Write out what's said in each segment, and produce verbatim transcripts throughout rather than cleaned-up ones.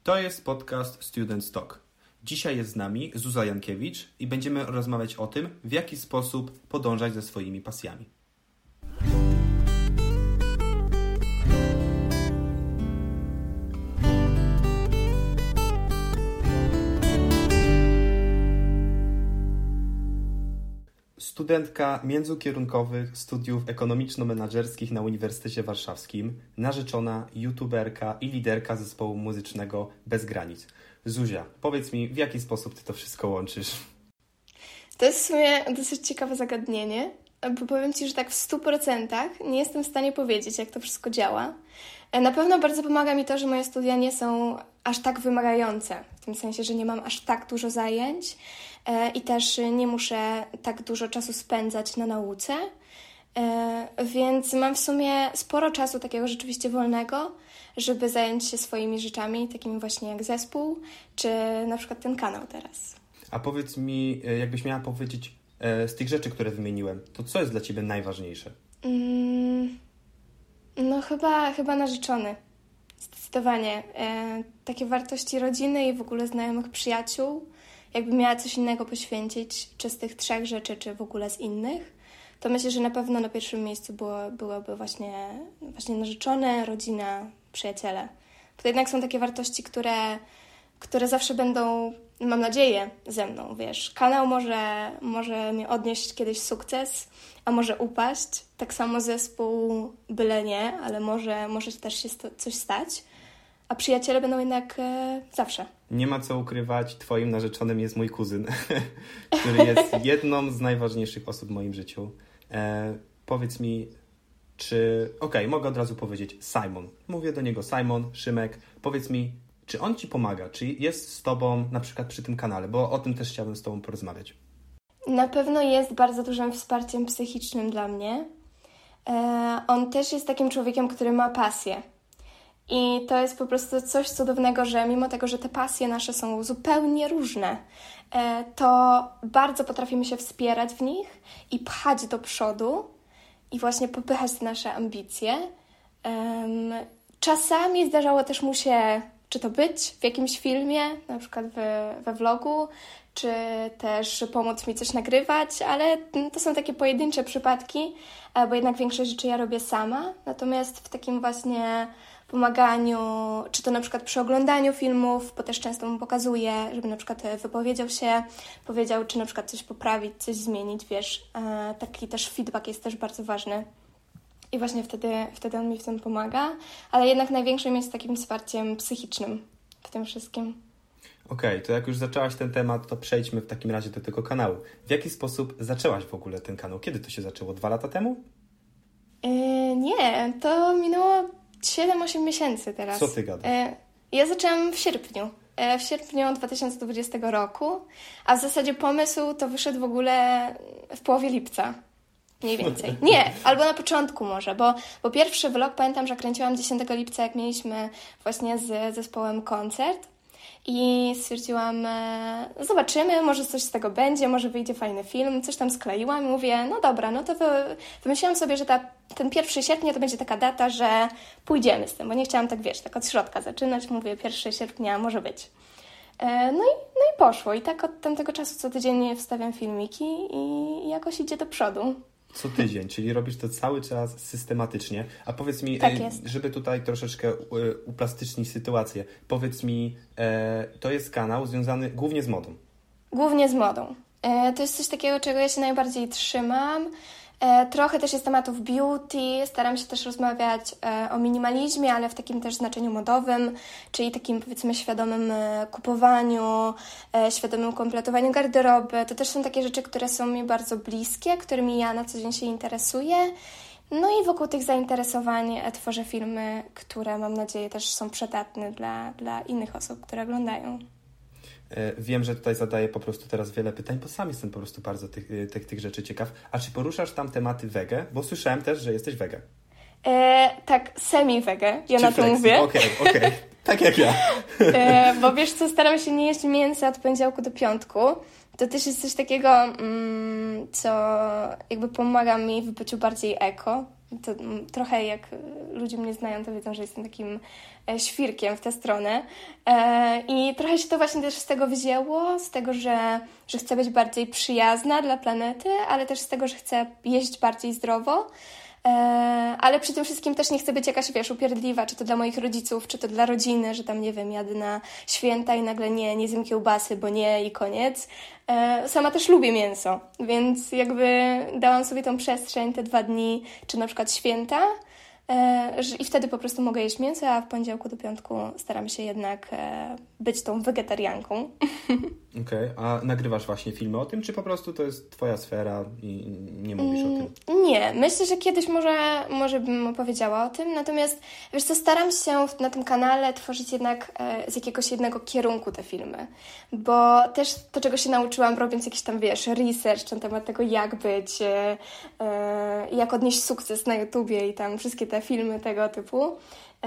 To jest podcast Student Talk. Dzisiaj jest z nami Zuza Jankiewicz i będziemy rozmawiać o tym, w jaki sposób podążać za swoimi pasjami. Studentka międzykierunkowych studiów ekonomiczno-menadżerskich na Uniwersytecie Warszawskim, narzeczona, youtuberka i liderka zespołu muzycznego Bez Granic. Zuzia, powiedz mi, w jaki sposób ty to wszystko łączysz? To jest w sumie dosyć ciekawe zagadnienie, bo powiem Ci, że tak w stu procentach nie jestem w stanie powiedzieć, jak to wszystko działa. Na pewno bardzo pomaga mi to, że moje studia nie są aż tak wymagające, w tym sensie, że nie mam aż tak dużo zajęć i też nie muszę tak dużo czasu spędzać na nauce, więc mam w sumie sporo czasu takiego rzeczywiście wolnego, żeby zająć się swoimi rzeczami, takimi właśnie jak zespół, czy na przykład ten kanał teraz. A powiedz mi, jakbyś miała powiedzieć z tych rzeczy, które wymieniłem, to co jest dla Ciebie najważniejsze? Mm, no chyba, chyba narzeczony. Zdecydowanie. E, takie wartości rodziny i w ogóle znajomych przyjaciół. Jakbym miała coś innego poświęcić, czy z tych trzech rzeczy, czy w ogóle z innych, to myślę, że na pewno na pierwszym miejscu było, byłoby właśnie, właśnie narzeczone, rodzina, przyjaciele. Bo to jednak są takie wartości, które, które zawsze będą, mam nadzieję, ze mną, wiesz. Kanał może, może mi odnieść kiedyś sukces, a może upaść. Tak samo zespół, byle nie, ale może, może też się sto, coś stać. A przyjaciele będą jednak e, zawsze. Nie ma co ukrywać, twoim narzeczonym jest mój kuzyn, który jest jedną z najważniejszych osób w moim życiu. E, powiedz mi, czy... Okej, okay, mogę od razu powiedzieć Simon. Mówię do niego Simon, Szymek. Powiedz mi, czy on ci pomaga? Czy jest z tobą na przykład przy tym kanale? Bo o tym też chciałbym z tobą porozmawiać. Na pewno jest bardzo dużym wsparciem psychicznym dla mnie. E, on też jest takim człowiekiem, który ma pasję. I to jest po prostu coś cudownego, że mimo tego, że te pasje nasze są zupełnie różne, to bardzo potrafimy się wspierać w nich i pchać do przodu i właśnie popychać te nasze ambicje. Czasami zdarzało też mu się, czy to być w jakimś filmie, na przykład we, we vlogu, czy też pomóc mi coś nagrywać, ale to są takie pojedyncze przypadki, bo jednak większość rzeczy ja robię sama. Natomiast w takim właśnie pomaganiu, czy to na przykład przy oglądaniu filmów, bo też często mu pokazuję, żeby na przykład wypowiedział się, powiedział, czy na przykład coś poprawić, coś zmienić, wiesz. Taki też feedback jest też bardzo ważny. I właśnie wtedy, wtedy on mi w tym pomaga, ale jednak największym jest takim wsparciem psychicznym w tym wszystkim. Okej, okay, to jak już zaczęłaś ten temat, to przejdźmy w takim razie do tego kanału. W jaki sposób zaczęłaś w ogóle ten kanał? Kiedy to się zaczęło? Dwa lata temu? Yy, nie, to minęło siedem osiem miesięcy teraz. Co ty gadasz? Yy, ja zaczęłam w sierpniu. Yy, w sierpniu dwa tysiące dwudziestego roku, a w zasadzie pomysł to wyszedł w ogóle w połowie lipca. Mniej więcej. Nie, albo na początku może, bo, bo pierwszy vlog pamiętam, że kręciłam dziesiątego lipca, jak mieliśmy właśnie z zespołem koncert i stwierdziłam, e, zobaczymy, może coś z tego będzie, może wyjdzie fajny film, coś tam skleiłam i mówię, no dobra, no to wy, wymyśliłam sobie, że ta, ten pierwszy sierpnia to będzie taka data, że pójdziemy z tym, bo nie chciałam tak, wiesz, tak od środka zaczynać, mówię, pierwszy sierpnia może być. E, no, i, no i poszło i tak od tamtego czasu co tydzień wstawiam filmiki i jakoś idzie do przodu. Co tydzień, czyli robisz to cały czas systematycznie. A powiedz mi, tak jest. żeby tutaj troszeczkę uplastycznić sytuację, powiedz mi, e, to jest kanał związany głównie z modą. Głównie z modą. E, to jest coś takiego, czego ja się najbardziej trzymam. E, trochę też jest tematów beauty, staram się też rozmawiać e, o minimalizmie, ale w takim też znaczeniu modowym, czyli takim powiedzmy świadomym e, kupowaniu, e, świadomym kompletowaniu garderoby. To też są takie rzeczy, które są mi bardzo bliskie, którymi ja na co dzień się interesuję. No i wokół tych zainteresowań e, tworzę filmy, które mam nadzieję też są przydatne dla, dla innych osób, które oglądają. Wiem, że tutaj zadaję po prostu teraz wiele pytań, bo sam jestem po prostu bardzo tych, tych, tych rzeczy ciekaw. A czy poruszasz tam tematy wege? Bo słyszałem też, że jesteś wege. E, tak, semi-wege, ja czy na to mówię. Okej, okay, okej, okay. Tak jak ja. E, bo wiesz co, staram się nie jeść mięsa od poniedziałku do piątku. To też jest coś takiego, mm, co jakby pomaga mi w byciu bardziej eko, to trochę jak ludzie mnie znają, to wiedzą, że jestem takim świrkiem w tę stronę. I trochę się to właśnie też z tego wzięło, z tego, że, że chcę być bardziej przyjazna dla planety, ale też z tego, że chcę jeść bardziej zdrowo. Ale przy tym wszystkim też nie chcę być jakaś, wiesz, upierdliwa, czy to dla moich rodziców, czy to dla rodziny, że tam, nie wiem, jadę na święta i nagle nie, nie zjem kiełbasy, bo nie i koniec. Sama też lubię mięso, więc jakby dałam sobie tą przestrzeń, te dwa dni, czy na przykład święta, i wtedy po prostu mogę jeść mięso, a w poniedziałku do piątku staram się jednak być tą wegetarianką. Okej, okay. A nagrywasz właśnie filmy o tym, czy po prostu to jest twoja sfera i nie mówisz o tym? Nie, myślę, że kiedyś może, może bym opowiedziała o tym, natomiast wiesz co, staram się na tym kanale tworzyć jednak z jakiegoś jednego kierunku te filmy, bo też to, czego się nauczyłam, robiąc jakiś tam, wiesz, research na temat tego, jak być, jak odnieść sukces na YouTubie i tam wszystkie te filmy tego typu,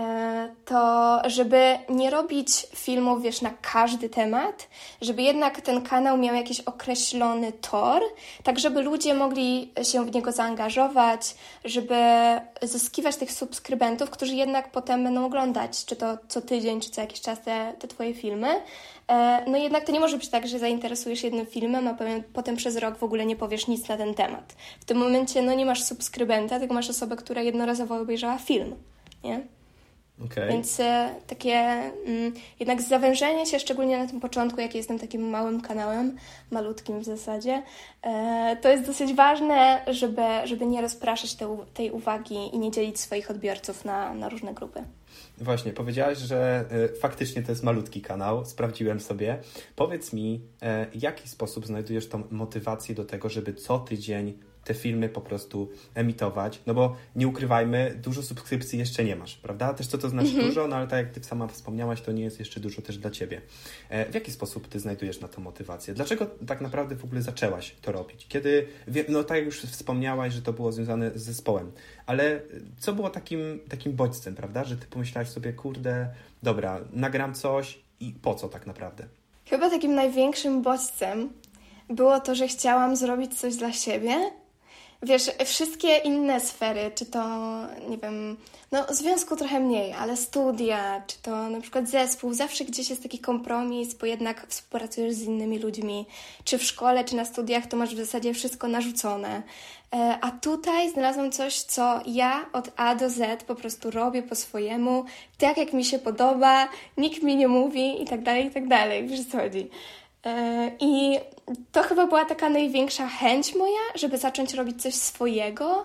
to żeby nie robić filmów, wiesz, na każdy temat, żeby jednak ten kanał miał jakiś określony tor, tak żeby ludzie mogli się w niego zaangażować, żeby zyskiwać tych subskrybentów, którzy jednak potem będą oglądać, czy to co tydzień, czy co jakiś czas te, te twoje filmy. No jednak to nie może być tak, że zainteresujesz jednym filmem, a potem, potem przez rok w ogóle nie powiesz nic na ten temat. W tym momencie no nie masz subskrybenta, tylko masz osobę, która jednorazowo obejrzała film, nie? Okay. Więc e, takie mm, jednak zawężenie się, szczególnie na tym początku, jak jestem takim małym kanałem, malutkim w zasadzie, e, to jest dosyć ważne, żeby, żeby nie rozpraszać te, tej uwagi i nie dzielić swoich odbiorców na, na różne grupy. Właśnie, powiedziałaś, że y, faktycznie to jest malutki kanał, sprawdziłem sobie. Powiedz mi, y, w jaki sposób znajdujesz tą motywację do tego, żeby co tydzień te filmy po prostu emitować, no bo nie ukrywajmy, dużo subskrypcji jeszcze nie masz, prawda? Też co to znaczy mm-hmm. dużo, no ale tak jak ty sama wspomniałaś, to nie jest jeszcze dużo też dla ciebie. E, w jaki sposób ty znajdujesz na to motywację? Dlaczego tak naprawdę w ogóle zaczęłaś to robić? Kiedy, no tak jak już wspomniałaś, że to było związane z zespołem, ale co było takim, takim bodźcem, prawda? Że ty pomyślałaś sobie, kurde, dobra, nagram coś i po co tak naprawdę? Chyba takim największym bodźcem było to, że chciałam zrobić coś dla siebie. Wiesz, wszystkie inne sfery, czy to, nie wiem, no związku trochę mniej, ale studia, czy to na przykład zespół, zawsze gdzieś jest taki kompromis, bo jednak współpracujesz z innymi ludźmi, czy w szkole, czy na studiach, to masz w zasadzie wszystko narzucone. A tutaj znalazłam coś, co ja od A do Z po prostu robię po swojemu, tak jak mi się podoba, nikt mi nie mówi i tak dalej, i tak dalej, wiesz co chodzi. I to chyba była taka największa chęć moja, żeby zacząć robić coś swojego.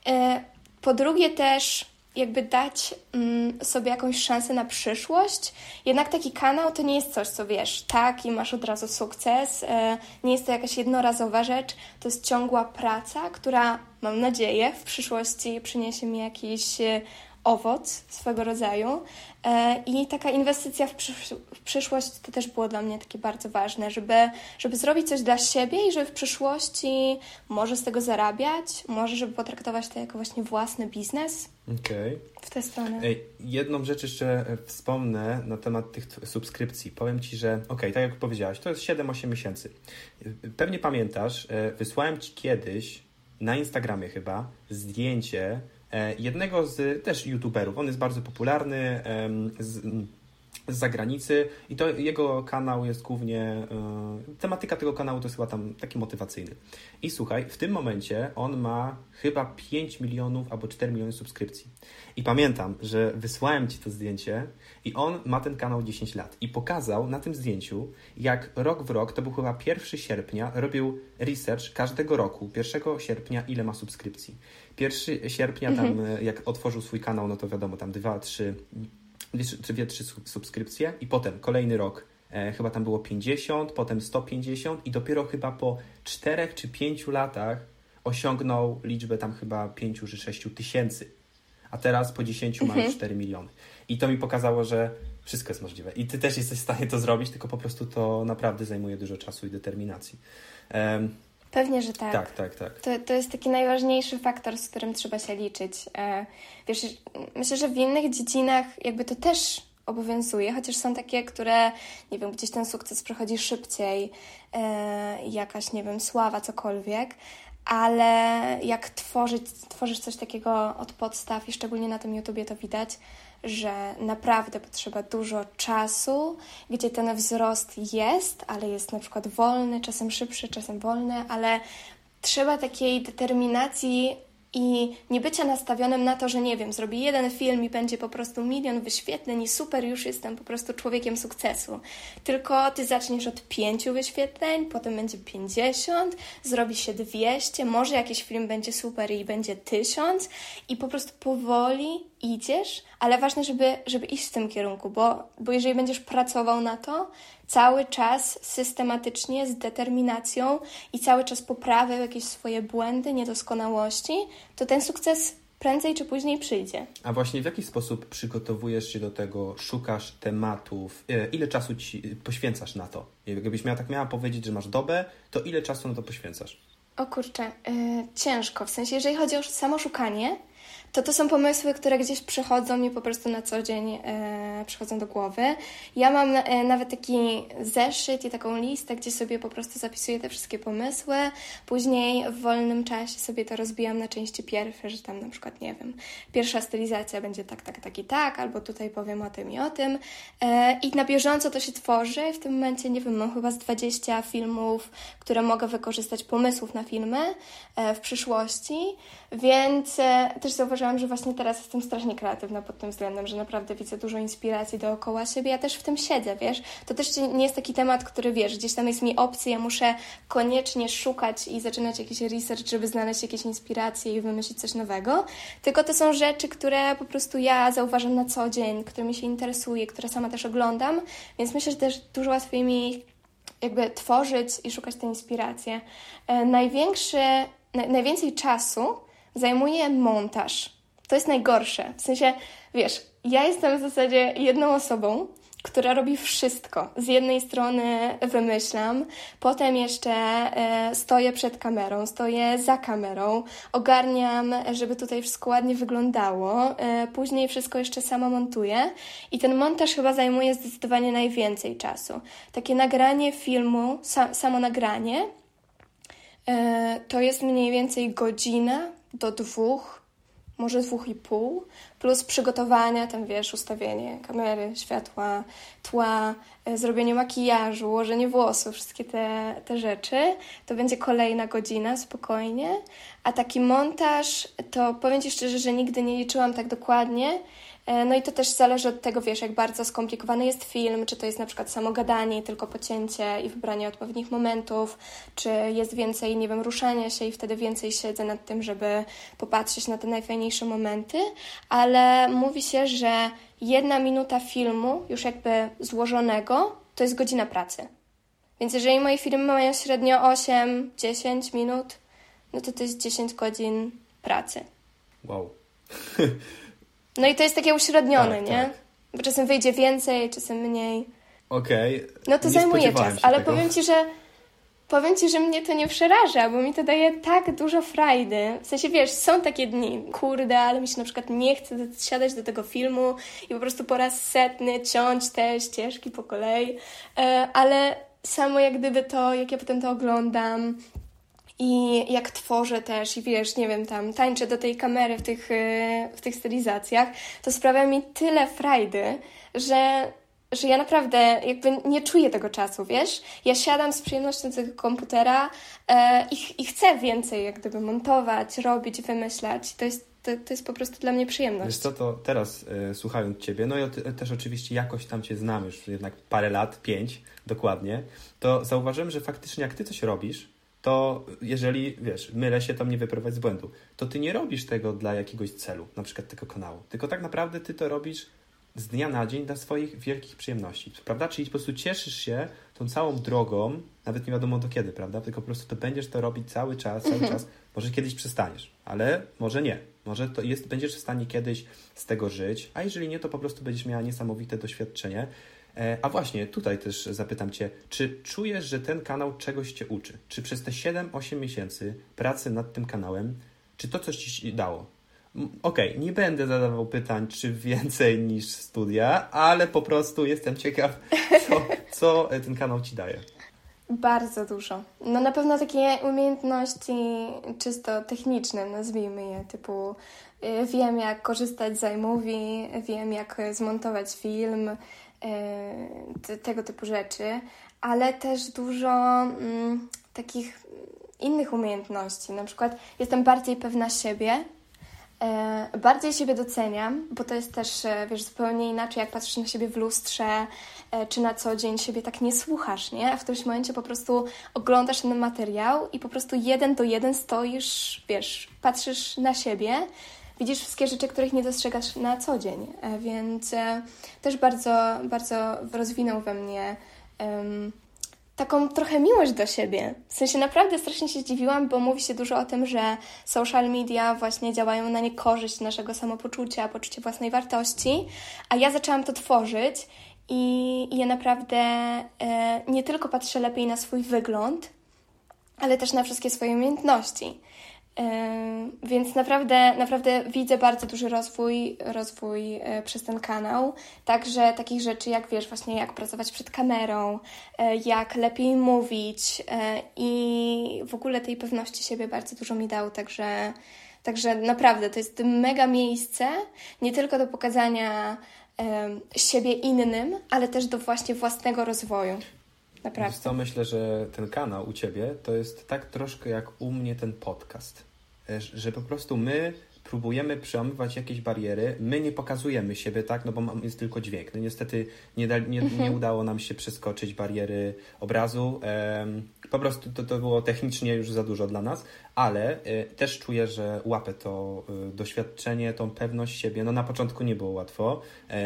Po drugie też jakby dać sobie jakąś szansę na przyszłość. Jednak taki kanał to nie jest coś, co wiesz, tak i masz od razu sukces. Nie jest to jakaś jednorazowa rzecz. To jest ciągła praca, która, mam nadzieję, w przyszłości przyniesie mi jakiś owoc swego rodzaju. I taka inwestycja w, przysz- w przyszłość to też było dla mnie takie bardzo ważne, żeby, żeby zrobić coś dla siebie i żeby w przyszłości może z tego zarabiać, może żeby potraktować to jako właśnie własny biznes. Okej. W tę stronę. Ej, jedną rzecz jeszcze wspomnę na temat tych subskrypcji. Powiem Ci, że okej, okay, tak jak powiedziałaś, to jest siedem osiem miesięcy. Pewnie pamiętasz, wysłałem Ci kiedyś na Instagramie chyba zdjęcie jednego z też youtuberów. On jest bardzo popularny z, z zagranicy i to jego kanał jest głównie, tematyka tego kanału to jest chyba tam taki motywacyjny. I słuchaj, w tym momencie on ma chyba pięć milionów albo cztery miliony subskrypcji. I pamiętam, że wysłałem Ci to zdjęcie i on ma ten kanał dziesięć lat i pokazał na tym zdjęciu, jak rok w rok, to był chyba pierwszego sierpnia, robił research każdego roku, pierwszego sierpnia, ile ma subskrypcji. pierwszego sierpnia tam, mhm. jak otworzył swój kanał, no to wiadomo, tam dwa, trzy, dwie, trzy subskrypcje i potem kolejny rok e, chyba tam było pięćdziesiąt, potem sto pięćdziesiąt i dopiero chyba po czterech czy pięciu latach osiągnął liczbę tam chyba pięciu czy sześciu tysięcy. A teraz po dziesięciu mhm. ma już cztery miliony. I to mi pokazało, że wszystko jest możliwe. I ty też jesteś w stanie to zrobić, tylko po prostu to naprawdę zajmuje dużo czasu i determinacji. Um, Pewnie, że tak. Tak, tak, tak. To, to jest taki najważniejszy faktor, z którym trzeba się liczyć. E, wiesz, myślę, że w innych dziedzinach jakby to też obowiązuje, chociaż są takie, które, nie wiem, gdzieś ten sukces przychodzi szybciej, e, jakaś, nie wiem, sława, cokolwiek, ale jak tworzyć, tworzysz coś takiego od podstaw i szczególnie na tym YouTubie to widać, że naprawdę potrzeba dużo czasu, gdzie ten wzrost jest, ale jest na przykład wolny, czasem szybszy, czasem wolny, ale trzeba takiej determinacji i nie bycia nastawionym na to, że nie wiem, zrobię jeden film i będzie po prostu milion wyświetleń i super, już jestem po prostu człowiekiem sukcesu. Tylko ty zaczniesz od pięciu wyświetleń, potem będzie pięćdziesiąt, zrobi się dwieście, może jakiś film będzie super i będzie tysiąc i po prostu powoli idziesz, ale ważne, żeby, żeby iść w tym kierunku, bo, bo jeżeli będziesz pracował na to, cały czas systematycznie, z determinacją i cały czas poprawiał jakieś swoje błędy, niedoskonałości, to ten sukces prędzej czy później przyjdzie. A właśnie w jaki sposób przygotowujesz się do tego, szukasz tematów, ile czasu ci poświęcasz na to? Jakbyś miała, tak miała powiedzieć, że masz dobę, to ile czasu na to poświęcasz? O kurczę, yy, ciężko. W sensie, jeżeli chodzi o samo szukanie, to to są pomysły, które gdzieś przychodzą mi po prostu na co dzień, e, przychodzą do głowy. Ja mam e, nawet taki zeszyt i taką listę, gdzie sobie po prostu zapisuję te wszystkie pomysły. Później w wolnym czasie sobie to rozbijam na części pierwsze, że tam na przykład, nie wiem, pierwsza stylizacja będzie tak, tak, tak i tak, albo tutaj powiem o tym i o tym. E, I na bieżąco to się tworzy. W tym momencie, nie wiem, mam chyba z dwadzieścia filmów, które mogę wykorzystać, pomysłów na filmy e, w przyszłości, więc e, też zauważyłam, że właśnie teraz jestem strasznie kreatywna pod tym względem, że naprawdę widzę dużo inspiracji dookoła siebie. Ja też w tym siedzę, wiesz. To też nie jest taki temat, który, wiesz, gdzieś tam jest mi obcy, ja muszę koniecznie szukać i zaczynać jakiś research, żeby znaleźć jakieś inspiracje i wymyślić coś nowego. Tylko to są rzeczy, które po prostu ja zauważam na co dzień, którymi się interesuję, które sama też oglądam, więc myślę, że też dużo łatwiej mi jakby tworzyć i szukać tej inspiracji. E, największy, na, najwięcej czasu zajmuje montaż. To jest najgorsze. W sensie, wiesz, ja jestem w zasadzie jedną osobą, która robi wszystko. Z jednej strony wymyślam, potem jeszcze e, stoję przed kamerą, stoję za kamerą, ogarniam, żeby tutaj wszystko ładnie wyglądało, e, później wszystko jeszcze sama montuję i ten montaż chyba zajmuje zdecydowanie najwięcej czasu. Takie nagranie filmu, sa, samo nagranie, e, to jest mniej więcej godzina do dwóch, może dwóch i pół, plus przygotowania, tam wiesz, ustawienie kamery, światła, tła, e, zrobienie makijażu, ułożenie włosów, wszystkie te, te rzeczy. To będzie kolejna godzina spokojnie, a taki montaż, to powiem Ci szczerze, że nigdy nie liczyłam tak dokładnie. No i to też zależy od tego, wiesz, jak bardzo skomplikowany jest film, czy to jest na przykład samo gadanie, tylko pocięcie i wybranie odpowiednich momentów, czy jest więcej, nie wiem, ruszania się i wtedy więcej siedzę nad tym, żeby popatrzeć na te najfajniejsze momenty, ale mówi się, że jedna minuta filmu, już jakby złożonego, to jest godzina pracy. Więc jeżeli moje filmy mają średnio osiem do dziesięciu minut, no to to jest dziesięć godzin pracy. Wow. No i to jest takie uśrednione, tak, nie? Tak. Bo czasem wyjdzie więcej, czasem mniej. Okej. Okay. No to nie zajmuje czas, ale tego. powiem Ci, że powiem Ci, że mnie to nie przeraża, bo mi to daje tak dużo frajdy. W sensie, wiesz, są takie dni, kurde, ale mi się na przykład nie chce siadać do tego filmu i po prostu po raz setny ciąć te ścieżki po kolei, ale samo jak gdyby to, jak ja potem to oglądam, i jak tworzę też i wiesz, nie wiem, tam tańczę do tej kamery w tych, w tych stylizacjach, to sprawia mi tyle frajdy, że, że ja naprawdę jakby nie czuję tego czasu, wiesz? Ja siadam z przyjemnością do tego komputera e, i, i chcę więcej jak gdyby montować, robić, wymyślać. To jest, to, to jest po prostu dla mnie przyjemność. Wiesz co, to teraz e, słuchając Ciebie, no i te, też oczywiście jakoś tam Cię znam już jednak parę lat, pięć dokładnie, to zauważyłem, że faktycznie jak Ty coś robisz, to jeżeli, wiesz, mylę się, to mnie wyprowadź z błędu, to ty nie robisz tego dla jakiegoś celu, na przykład tego kanału, tylko tak naprawdę ty to robisz z dnia na dzień dla swoich wielkich przyjemności, prawda? Czyli po prostu cieszysz się tą całą drogą, nawet nie wiadomo do kiedy, prawda? Tylko po prostu to będziesz to robić cały czas, cały mhm. czas. Może kiedyś przestaniesz, ale może nie. Może to jest, będziesz w stanie kiedyś z tego żyć, a jeżeli nie, to po prostu będziesz miała niesamowite doświadczenie. A właśnie, tutaj też zapytam Cię, czy czujesz, że ten kanał czegoś Cię uczy? Czy przez te siedem osiem miesięcy pracy nad tym kanałem, czy to coś Ci dało? Okej, okay, nie będę zadawał pytań, czy więcej niż studia, ale po prostu jestem ciekaw, co, co ten kanał Ci daje. Bardzo dużo. No na pewno takie umiejętności czysto techniczne, nazwijmy je, typu y, wiem jak korzystać z iMovie, wiem jak zmontować film, y, t- tego typu rzeczy, ale też dużo y, takich innych umiejętności. Na przykład jestem bardziej pewna siebie, y, bardziej siebie doceniam, bo to jest też, y, wiesz, zupełnie inaczej, jak patrzysz na siebie w lustrze, czy na co dzień siebie tak nie słuchasz, nie? A w którymś momencie po prostu oglądasz ten materiał i po prostu jeden do jeden stoisz, wiesz, patrzysz na siebie, widzisz wszystkie rzeczy, których nie dostrzegasz na co dzień, więc też bardzo, bardzo rozwinął we mnie um, taką trochę miłość do siebie. W sensie naprawdę strasznie się zdziwiłam, bo mówi się dużo o tym, że social media właśnie działają na niekorzyść naszego samopoczucia, poczucia własnej wartości, a ja zaczęłam to tworzyć i, i ja naprawdę e, nie tylko patrzę lepiej na swój wygląd, ale też na wszystkie swoje umiejętności. E, więc naprawdę, naprawdę widzę bardzo duży rozwój, rozwój e, przez ten kanał. Także takich rzeczy jak, wiesz, właśnie jak pracować przed kamerą, e, jak lepiej mówić e, i w ogóle tej pewności siebie bardzo dużo mi dał. Także, także naprawdę to jest mega miejsce, nie tylko do pokazania siebie innym, ale też do właśnie własnego rozwoju. Naprawdę. Wiesz co, myślę, że ten kanał u Ciebie to jest tak troszkę jak u mnie ten podcast, że po prostu my próbujemy przełamywać jakieś bariery, my nie pokazujemy siebie, tak, no bo jest tylko dźwięk. No niestety nie, da, nie, nie udało nam się przeskoczyć bariery obrazu. Po prostu to, to było technicznie już za dużo dla nas, ale też czuję, że łapę to doświadczenie, tą pewność siebie. No na początku nie było łatwo.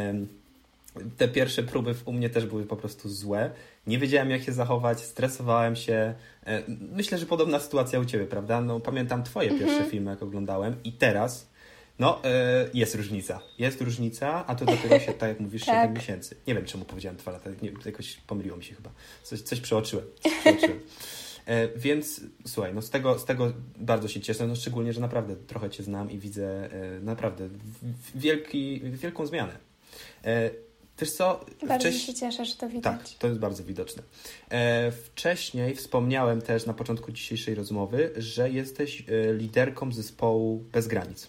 Te pierwsze próby u mnie też były po prostu złe. Nie wiedziałem, jak się zachować, stresowałem się. Myślę, że podobna sytuacja u Ciebie, prawda? No, pamiętam Twoje mhm. pierwsze filmy, jak oglądałem i teraz no, jest różnica. Jest różnica, a to dopiero się, tak jak mówisz, tak. siedem miesięcy. Nie wiem, czemu powiedziałem dwa lata. Nie, jakoś pomyliło mi się chyba. Coś, coś przeoczyłem. Coś przeoczyłem. Więc słuchaj, no z tego, z tego bardzo się cieszę, no szczególnie, że naprawdę trochę Cię znam i widzę naprawdę wielki, wielką zmianę. Wiesz co? Bardzo Wcześ... się cieszę, że to widać. Tak, to jest bardzo widoczne. E, wcześniej wspomniałem też na początku dzisiejszej rozmowy, że jesteś e, liderką zespołu Bez Granic.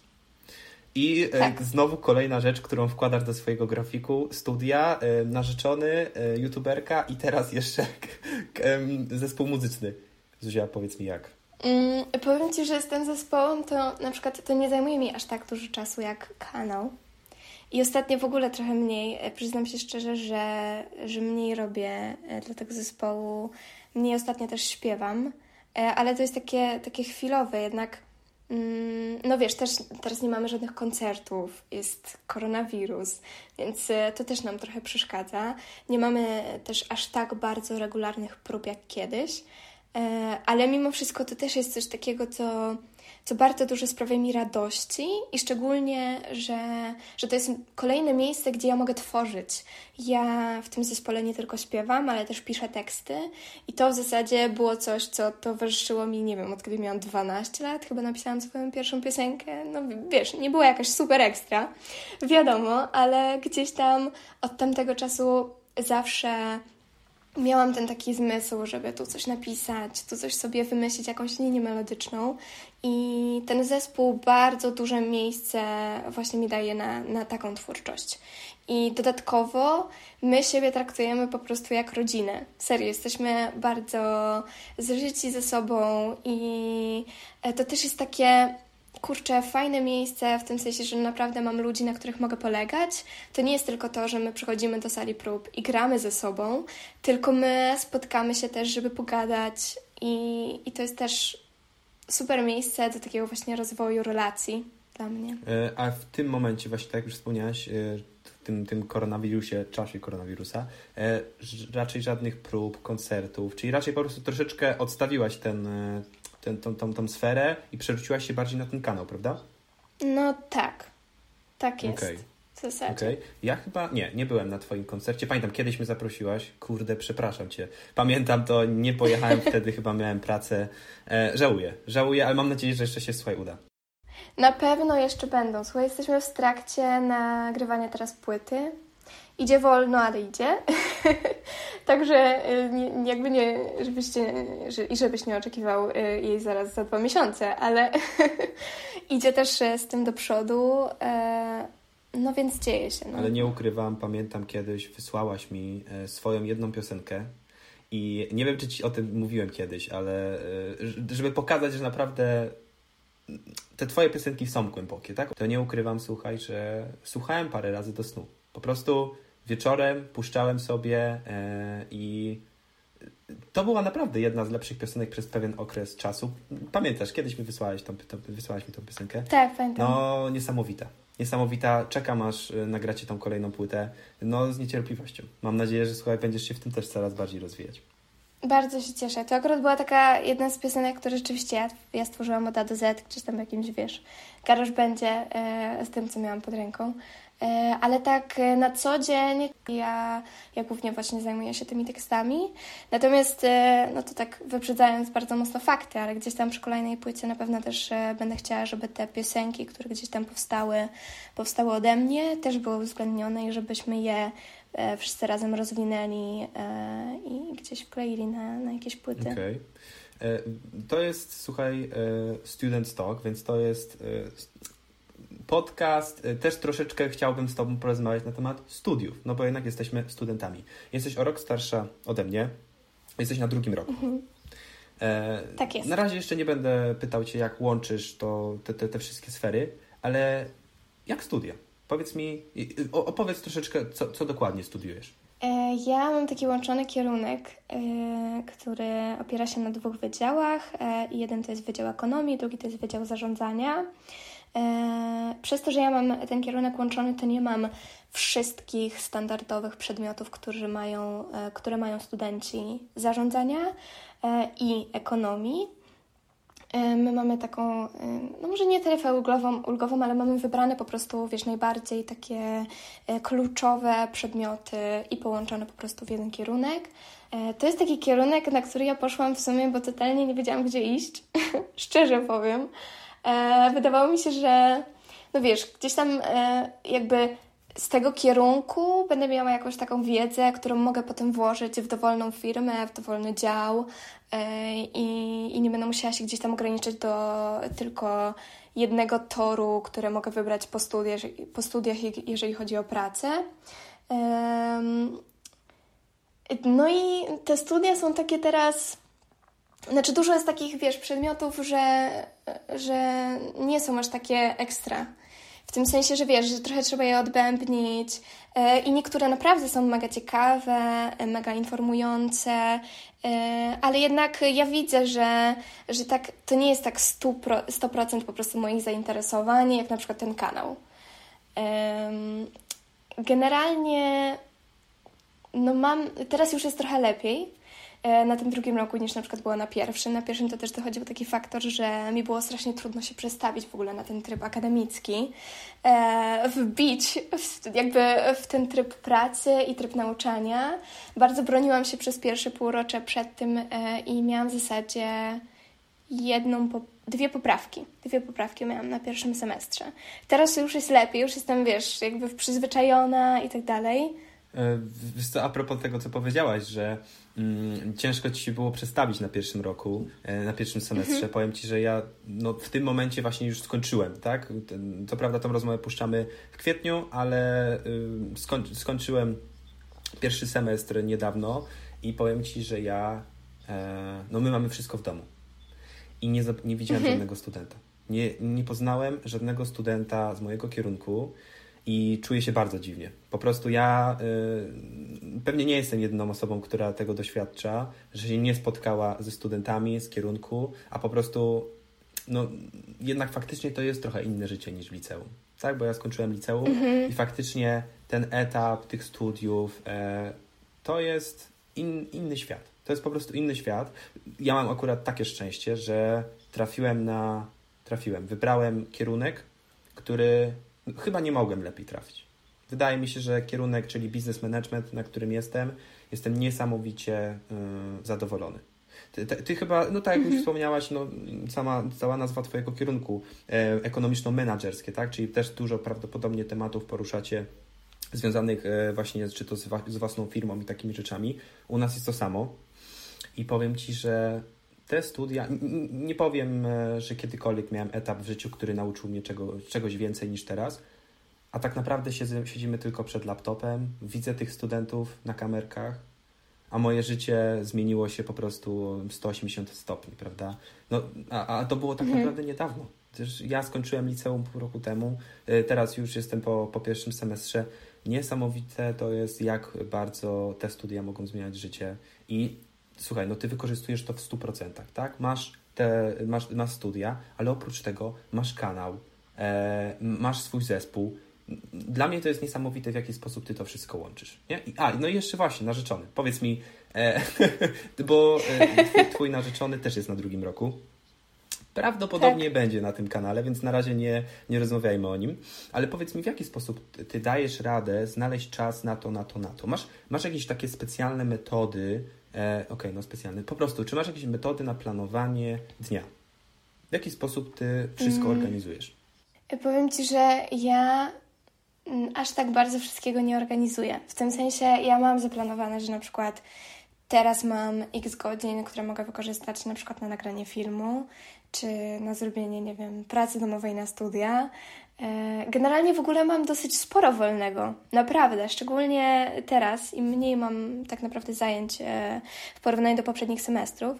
I e, tak. znowu kolejna rzecz, którą wkładasz do swojego grafiku, studia, e, narzeczony, e, youtuberka i teraz jeszcze e, zespół muzyczny. Zuzia, powiedz mi jak. Mm, powiem Ci, że z tym zespołem to na przykład to nie zajmuje mi aż tak dużo czasu jak kanał. I ostatnio w ogóle trochę mniej, przyznam się szczerze, że, że mniej robię dla tego zespołu, mniej ostatnio też śpiewam, ale to jest takie, takie chwilowe jednak, no wiesz, też teraz nie mamy żadnych koncertów, jest koronawirus, więc to też nam trochę przeszkadza. Nie mamy też aż tak bardzo regularnych prób jak kiedyś, ale mimo wszystko to też jest coś takiego, co... co bardzo dużo sprawia mi radości i szczególnie, że, że to jest kolejne miejsce, gdzie ja mogę tworzyć. Ja w tym zespole nie tylko śpiewam, ale też piszę teksty i to w zasadzie było coś, co towarzyszyło mi, nie wiem, od kiedy miałam dwanaście lat, chyba napisałam swoją pierwszą piosenkę, no wiesz, nie była jakaś super ekstra, wiadomo, ale gdzieś tam od tamtego czasu zawsze... miałam ten taki zmysł, żeby tu coś napisać, tu coś sobie wymyślić, jakąś linię melodyczną i ten zespół bardzo duże miejsce właśnie mi daje na, na taką twórczość. I dodatkowo my siebie traktujemy po prostu jak rodzinę. Serio, jesteśmy bardzo zżyci ze sobą i to też jest takie... kurczę, fajne miejsce w tym sensie, że naprawdę mam ludzi, na których mogę polegać. To nie jest tylko to, że my przychodzimy do sali prób i gramy ze sobą, tylko my spotkamy się też, żeby pogadać i, i to jest też super miejsce do takiego właśnie rozwoju relacji dla mnie. A w tym momencie, właśnie tak jak już wspomniałaś, w tym, tym koronawirusie, czasie koronawirusa, raczej żadnych prób, koncertów, czyli raczej po prostu troszeczkę odstawiłaś ten... Ten, tą, tą, tą sferę i przerzuciłaś się bardziej na ten kanał, prawda? No tak. Tak jest. Okay. W zasadzie. Okay. Ja chyba... Nie, nie byłem na Twoim koncercie. Pamiętam, kiedyś mnie zaprosiłaś. Kurde, przepraszam Cię. Pamiętam to, nie pojechałem wtedy, chyba miałem pracę. E, żałuję. Żałuję, ale mam nadzieję, że jeszcze się, słuchaj, uda. Na pewno jeszcze będą. Słuchaj, jesteśmy w trakcie nagrywania teraz płyty. Idzie wolno, ale idzie. Także nie, jakby nie, żebyście, że, i żebyś nie oczekiwał jej zaraz za dwa miesiące, ale idzie też z tym do przodu, no więc dzieje się. No. Ale nie ukrywam, pamiętam kiedyś wysłałaś mi swoją jedną piosenkę i nie wiem, czy ci o tym mówiłem kiedyś, ale żeby pokazać, że naprawdę te twoje piosenki są głębokie, tak? To nie ukrywam, słuchaj, że słuchałem parę razy do snu. Po prostu wieczorem puszczałem sobie e, i to była naprawdę jedna z lepszych piosenek przez pewien okres czasu. Pamiętasz, kiedyś mi wysłałeś, tą, tą, wysłałaś mi tą piosenkę? Tak, pamiętam. No, niesamowita. Niesamowita. Czekam, aż nagracie tą kolejną płytę. No, z niecierpliwością. Mam nadzieję, że słuchaj, będziesz się w tym też coraz bardziej rozwijać. Bardzo się cieszę. To akurat była taka jedna z piosenek, które rzeczywiście ja, ja stworzyłam od A do Z, gdzieś tam jakimś, wiesz, garaż będzie e, z tym, co miałam pod ręką. E, ale tak e, na co dzień ja, ja głównie właśnie zajmuję się tymi tekstami. Natomiast, e, no to tak wyprzedzając bardzo mocno fakty, ale gdzieś tam przy kolejnej płycie na pewno też e, będę chciała, żeby te piosenki, które gdzieś tam powstały, powstały ode mnie, też były uwzględnione i żebyśmy je e, wszyscy razem rozwinęli e, i gdzieś wkleili na, na jakieś płyty. Okej. Okay. To jest, słuchaj, Student Talk, więc to jest podcast. Też troszeczkę chciałbym z tobą porozmawiać na temat studiów, no bo jednak jesteśmy studentami. Jesteś o rok starsza ode mnie, jesteś na drugim roku. Mhm. E, tak jest. Na razie jeszcze nie będę pytał cię, jak łączysz to, te, te, te wszystkie sfery, ale jak studia? Powiedz mi, opowiedz troszeczkę, co, co dokładnie studiujesz. Ja mam taki łączony kierunek, który opiera się na dwóch wydziałach. Jeden to jest Wydział Ekonomii, drugi to jest Wydział Zarządzania. Przez to, że ja mam ten kierunek łączony, to nie mam wszystkich standardowych przedmiotów, które mają, które mają studenci zarządzania i ekonomii. My mamy taką, no może nie taryfę ulgową, ulgową, ale mamy wybrane po prostu, wiesz, najbardziej takie kluczowe przedmioty i połączone po prostu w jeden kierunek. To jest taki kierunek, na który ja poszłam w sumie, bo totalnie nie wiedziałam, gdzie iść, szczerze powiem. Wydawało mi się, że, no wiesz, gdzieś tam jakby z tego kierunku będę miała jakąś taką wiedzę, którą mogę potem włożyć w dowolną firmę, w dowolny dział i, i nie będę musiała się gdzieś tam ograniczyć do tylko jednego toru, które mogę wybrać po studiach, po studiach jeżeli chodzi o pracę. No i te studia są takie teraz... Znaczy dużo jest takich, wiesz, przedmiotów, że, że nie są aż takie ekstra. W tym sensie, że wiesz, że trochę trzeba je odbębnić yy, i niektóre naprawdę są mega ciekawe, mega informujące, yy, ale jednak ja widzę, że, że tak, to nie jest tak sto procent po prostu moich zainteresowań, jak na przykład ten kanał. Yy, generalnie no mam, teraz już jest trochę lepiej na tym drugim roku niż na przykład było na pierwszym. Na pierwszym to też dochodził taki faktor, że mi było strasznie trudno się przestawić w ogóle na ten tryb akademicki, wbić w, jakby w ten tryb pracy i tryb nauczania. Bardzo broniłam się przez pierwsze półrocze przed tym i miałam w zasadzie jedną, dwie poprawki. Dwie poprawki miałam na pierwszym semestrze. Teraz już jest lepiej, już jestem, wiesz, jakby przyzwyczajona i tak dalej. Wiesz co, a propos tego, co powiedziałaś, że mm, ciężko ci się było przestawić na pierwszym roku, na pierwszym semestrze. Mhm. Powiem ci, że ja no, w tym momencie właśnie już skończyłem, tak? Co prawda tą rozmowę puszczamy w kwietniu, ale y, skoń, skończyłem pierwszy semestr niedawno i powiem ci, że ja e, no my mamy wszystko w domu i nie, nie widziałem mhm. żadnego studenta. Nie, nie poznałem żadnego studenta z mojego kierunku i czuję się bardzo dziwnie. Po prostu ja y, pewnie nie jestem jedyną osobą, która tego doświadcza, że się nie spotkała ze studentami z kierunku, a po prostu no jednak faktycznie to jest trochę inne życie niż w liceum. Tak? Bo ja skończyłem liceum mhm. i faktycznie ten etap tych studiów e, to jest in, inny świat. To jest po prostu inny świat. Ja mam akurat takie szczęście, że trafiłem na... Trafiłem, wybrałem kierunek, który chyba nie mogłem lepiej trafić. Wydaje mi się, że kierunek, czyli business management, na którym jestem, jestem niesamowicie y, zadowolony. Ty, ty, ty chyba, no tak jak już wspomniałaś, no, sama, cała nazwa twojego kierunku e, ekonomiczno-menadżerskie, tak? Czyli też dużo prawdopodobnie tematów poruszacie związanych właśnie czy to z, wa- z własną firmą i takimi rzeczami. U nas jest to samo i powiem Ci, że te studia, n- nie powiem, że kiedykolwiek miałem etap w życiu, który nauczył mnie czego, czegoś więcej niż teraz, a tak naprawdę siedzę, siedzimy tylko przed laptopem, widzę tych studentów na kamerkach, a moje życie zmieniło się po prostu sto osiemdziesiąt stopni, prawda? No, a, a to było tak Mhm. naprawdę niedawno. Też ja skończyłem liceum pół roku temu, teraz już jestem po, po pierwszym semestrze. Niesamowite to jest, jak bardzo te studia mogą zmieniać życie. I słuchaj, no ty wykorzystujesz to w stu procentach, tak? Masz, te, masz, masz studia, ale oprócz tego masz kanał, e, masz swój zespół. Dla mnie to jest niesamowite, w jaki sposób ty to wszystko łączysz. Nie? I, a, no i jeszcze właśnie, narzeczony. Powiedz mi, e, bo e, twój, twój narzeczony też jest na drugim roku. Prawdopodobnie tak. będzie na tym kanale, więc na razie nie, nie rozmawiajmy o nim. Ale powiedz mi, w jaki sposób ty dajesz radę znaleźć czas na to, na to, na to? Masz, masz jakieś takie specjalne metody, e, okej, okay, no specjalne, po prostu, czy masz jakieś metody na planowanie dnia? W jaki sposób ty wszystko mm. organizujesz? Powiem Ci, że ja aż tak bardzo wszystkiego nie organizuję. W tym sensie ja mam zaplanowane, że na przykład teraz mam x godzin, które mogę wykorzystać na przykład na nagranie filmu, czy na zrobienie, nie wiem, pracy domowej na studia. Generalnie w ogóle mam dosyć sporo wolnego. Naprawdę, szczególnie teraz, im mniej mam tak naprawdę zajęć w porównaniu do poprzednich semestrów,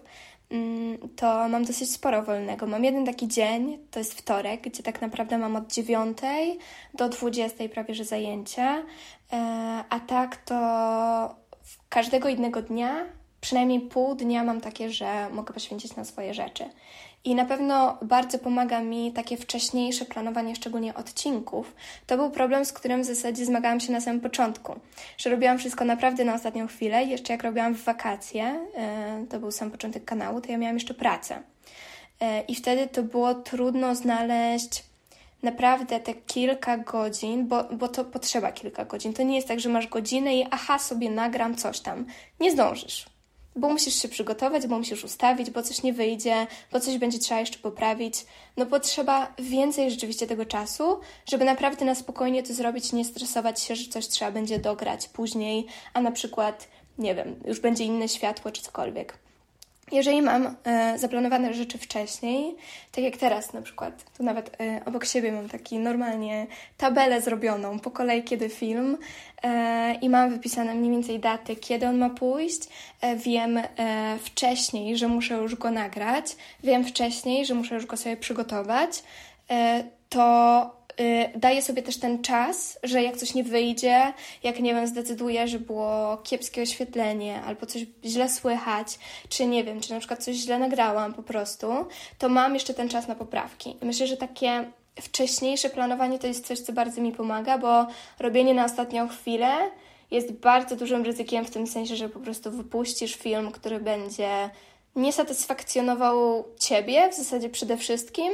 to mam dosyć sporo wolnego. Mam jeden taki dzień, to jest wtorek, gdzie tak naprawdę mam od dziewiątej do dwudziestej prawie że zajęcia, a tak to każdego innego dnia, przynajmniej pół dnia mam takie, że mogę poświęcić na swoje rzeczy. I na pewno bardzo pomaga mi takie wcześniejsze planowanie, szczególnie odcinków. To był problem, z którym w zasadzie zmagałam się na samym początku, że robiłam wszystko naprawdę na ostatnią chwilę. Jeszcze jak robiłam w wakacje, to był sam początek kanału, to ja miałam jeszcze pracę. I wtedy to było trudno znaleźć naprawdę te kilka godzin, bo, bo to potrzeba kilka godzin. To nie jest tak, że masz godzinę i aha, sobie nagram coś tam. Nie zdążysz. Bo musisz się przygotować, bo musisz ustawić, bo coś nie wyjdzie, bo coś będzie trzeba jeszcze poprawić. No potrzeba więcej rzeczywiście tego czasu, żeby naprawdę na spokojnie to zrobić, nie stresować się, że coś trzeba będzie dograć później, a na przykład, nie wiem, już będzie inne światło czy cokolwiek. Jeżeli mam e, zaplanowane rzeczy wcześniej, tak jak teraz na przykład, to nawet e, obok siebie mam taki normalnie tabelę zrobioną po kolei, kiedy film e, i mam wypisane mniej więcej daty, kiedy on ma pójść, e, wiem e, wcześniej, że muszę już go nagrać, wiem wcześniej, że muszę już go sobie przygotować, e, to daję sobie też ten czas, że jak coś nie wyjdzie, jak nie wiem, zdecyduję, że było kiepskie oświetlenie albo coś źle słychać, czy nie wiem, czy na przykład coś źle nagrałam po prostu, to mam jeszcze ten czas na poprawki. Myślę, że takie wcześniejsze planowanie to jest coś, co bardzo mi pomaga, bo robienie na ostatnią chwilę jest bardzo dużym ryzykiem w tym sensie, że po prostu wypuścisz film, który będzie nie satysfakcjonował Ciebie w zasadzie przede wszystkim,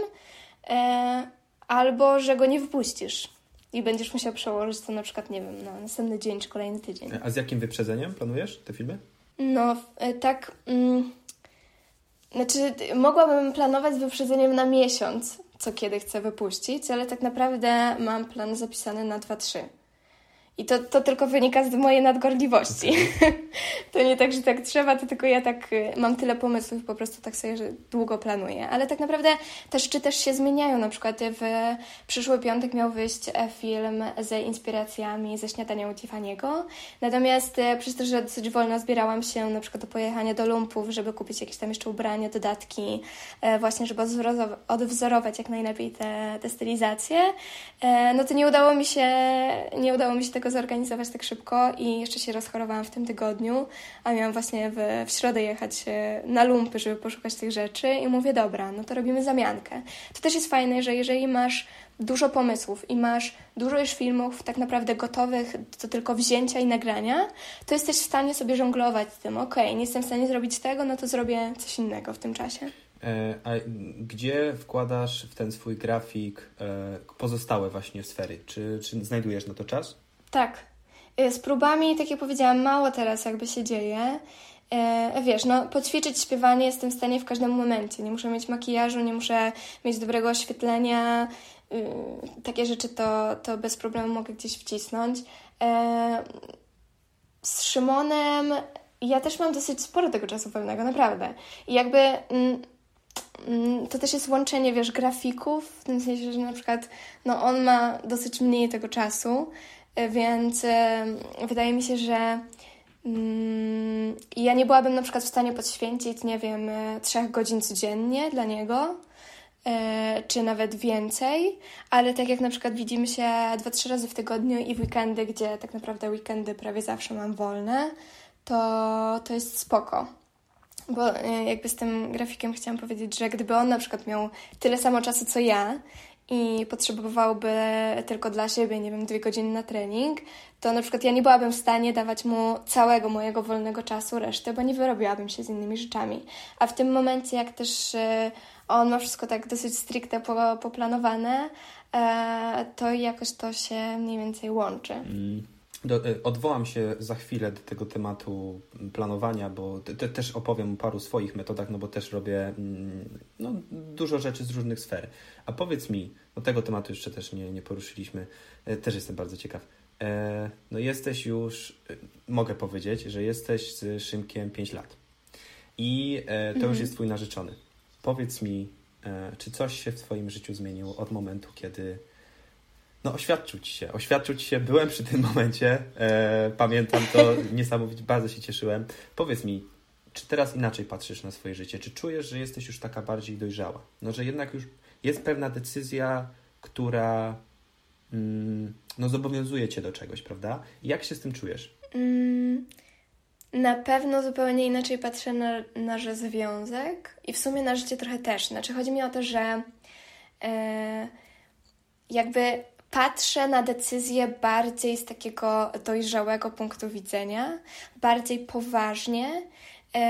e- albo że go nie wypuścisz i będziesz musiał przełożyć to na przykład, nie wiem, na następny dzień czy kolejny tydzień. A z jakim wyprzedzeniem planujesz te filmy? No, tak... Mm, znaczy, mogłabym planować z wyprzedzeniem na miesiąc, co kiedy chcę wypuścić, ale tak naprawdę mam plan zapisany na dwa trzy. I to, to tylko wynika z mojej nadgorliwości. Okay. To nie tak, że tak trzeba, to tylko ja tak mam tyle pomysłów, po prostu tak sobie, że długo planuję. Ale tak naprawdę te rzeczy też się zmieniają. Na przykład w przyszły piątek miał wyjść film ze inspiracjami ze śniadania u Tiffany'ego. Natomiast przez to, że dosyć wolno zbierałam się na przykład do pojechania do lumpów, żeby kupić jakieś tam jeszcze ubrania, dodatki, właśnie żeby odwzorować jak najlepiej te, te stylizacje, no to nie udało mi się, nie udało mi się tego zorganizować tak szybko i jeszcze się rozchorowałam w tym tygodniu, a miałam właśnie w, w środę jechać na lumpy, żeby poszukać tych rzeczy i mówię, dobra, no to robimy zamiankę. To też jest fajne, że jeżeli masz dużo pomysłów i masz dużo już filmów tak naprawdę gotowych do tylko wzięcia i nagrania, to jesteś w stanie sobie żonglować z tym, okej, okay, nie jestem w stanie zrobić tego, no to zrobię coś innego w tym czasie. A gdzie wkładasz w ten swój grafik pozostałe właśnie sfery? Czy, czy znajdujesz na to czas? Tak. Z próbami, tak jak powiedziałam, mało teraz jakby się dzieje. E, wiesz, no poćwiczyć śpiewanie jestem w stanie w każdym momencie. Nie muszę mieć makijażu, nie muszę mieć dobrego oświetlenia. Yy, takie rzeczy to, to bez problemu mogę gdzieś wcisnąć. E, z Szymonem ja też mam dosyć sporo tego czasu wolnego, naprawdę. I jakby mm, mm, to też jest łączenie, wiesz, grafików, w tym sensie, że na przykład no on ma dosyć mniej tego czasu, więc e, wydaje mi się, że mm, ja nie byłabym na przykład w stanie poświęcić, nie wiem, trzech godzin codziennie dla niego, e, czy nawet więcej, ale tak jak na przykład widzimy się dwa, trzy razy w tygodniu i w weekendy, gdzie tak naprawdę weekendy prawie zawsze mam wolne, to, to jest spoko. Bo e, jakby z tym grafikiem chciałam powiedzieć, że gdyby on na przykład miał tyle samo czasu co ja i potrzebowałby tylko dla siebie, nie wiem, dwie godziny na trening, to na przykład ja nie byłabym w stanie dawać mu całego mojego wolnego czasu, resztę, bo nie wyrobiłabym się z innymi rzeczami. A w tym momencie, jak też e, on ma wszystko tak dosyć stricte po, poplanowane, e, to jakoś to się mniej więcej łączy. Mm. Do, odwołam się za chwilę do tego tematu planowania, bo te, te, też opowiem o paru swoich metodach, no bo też robię no, dużo rzeczy z różnych sfer. A powiedz mi, no tego tematu jeszcze też nie, nie poruszyliśmy, e, też jestem bardzo ciekaw. E, no jesteś już, e, mogę powiedzieć, że jesteś z Szymkiem pięć lat i e, to mhm. już jest twój narzeczony. Powiedz mi, e, czy coś się w twoim życiu zmieniło od momentu, kiedy No oświadczył Ci się, oświadczył Ci się, byłem przy tym momencie, e, pamiętam to, niesamowicie, bardzo się cieszyłem. Powiedz mi, czy teraz inaczej patrzysz na swoje życie? Czy czujesz, że jesteś już taka bardziej dojrzała? No, że jednak już jest pewna decyzja, która mm, no, zobowiązuje Cię do czegoś, prawda? Jak się z tym czujesz? Mm, na pewno zupełnie inaczej patrzę na nasz związek i w sumie na życie trochę też. Znaczy chodzi mi o to, że e, jakby patrzę na decyzje bardziej z takiego dojrzałego punktu widzenia, bardziej poważnie yy,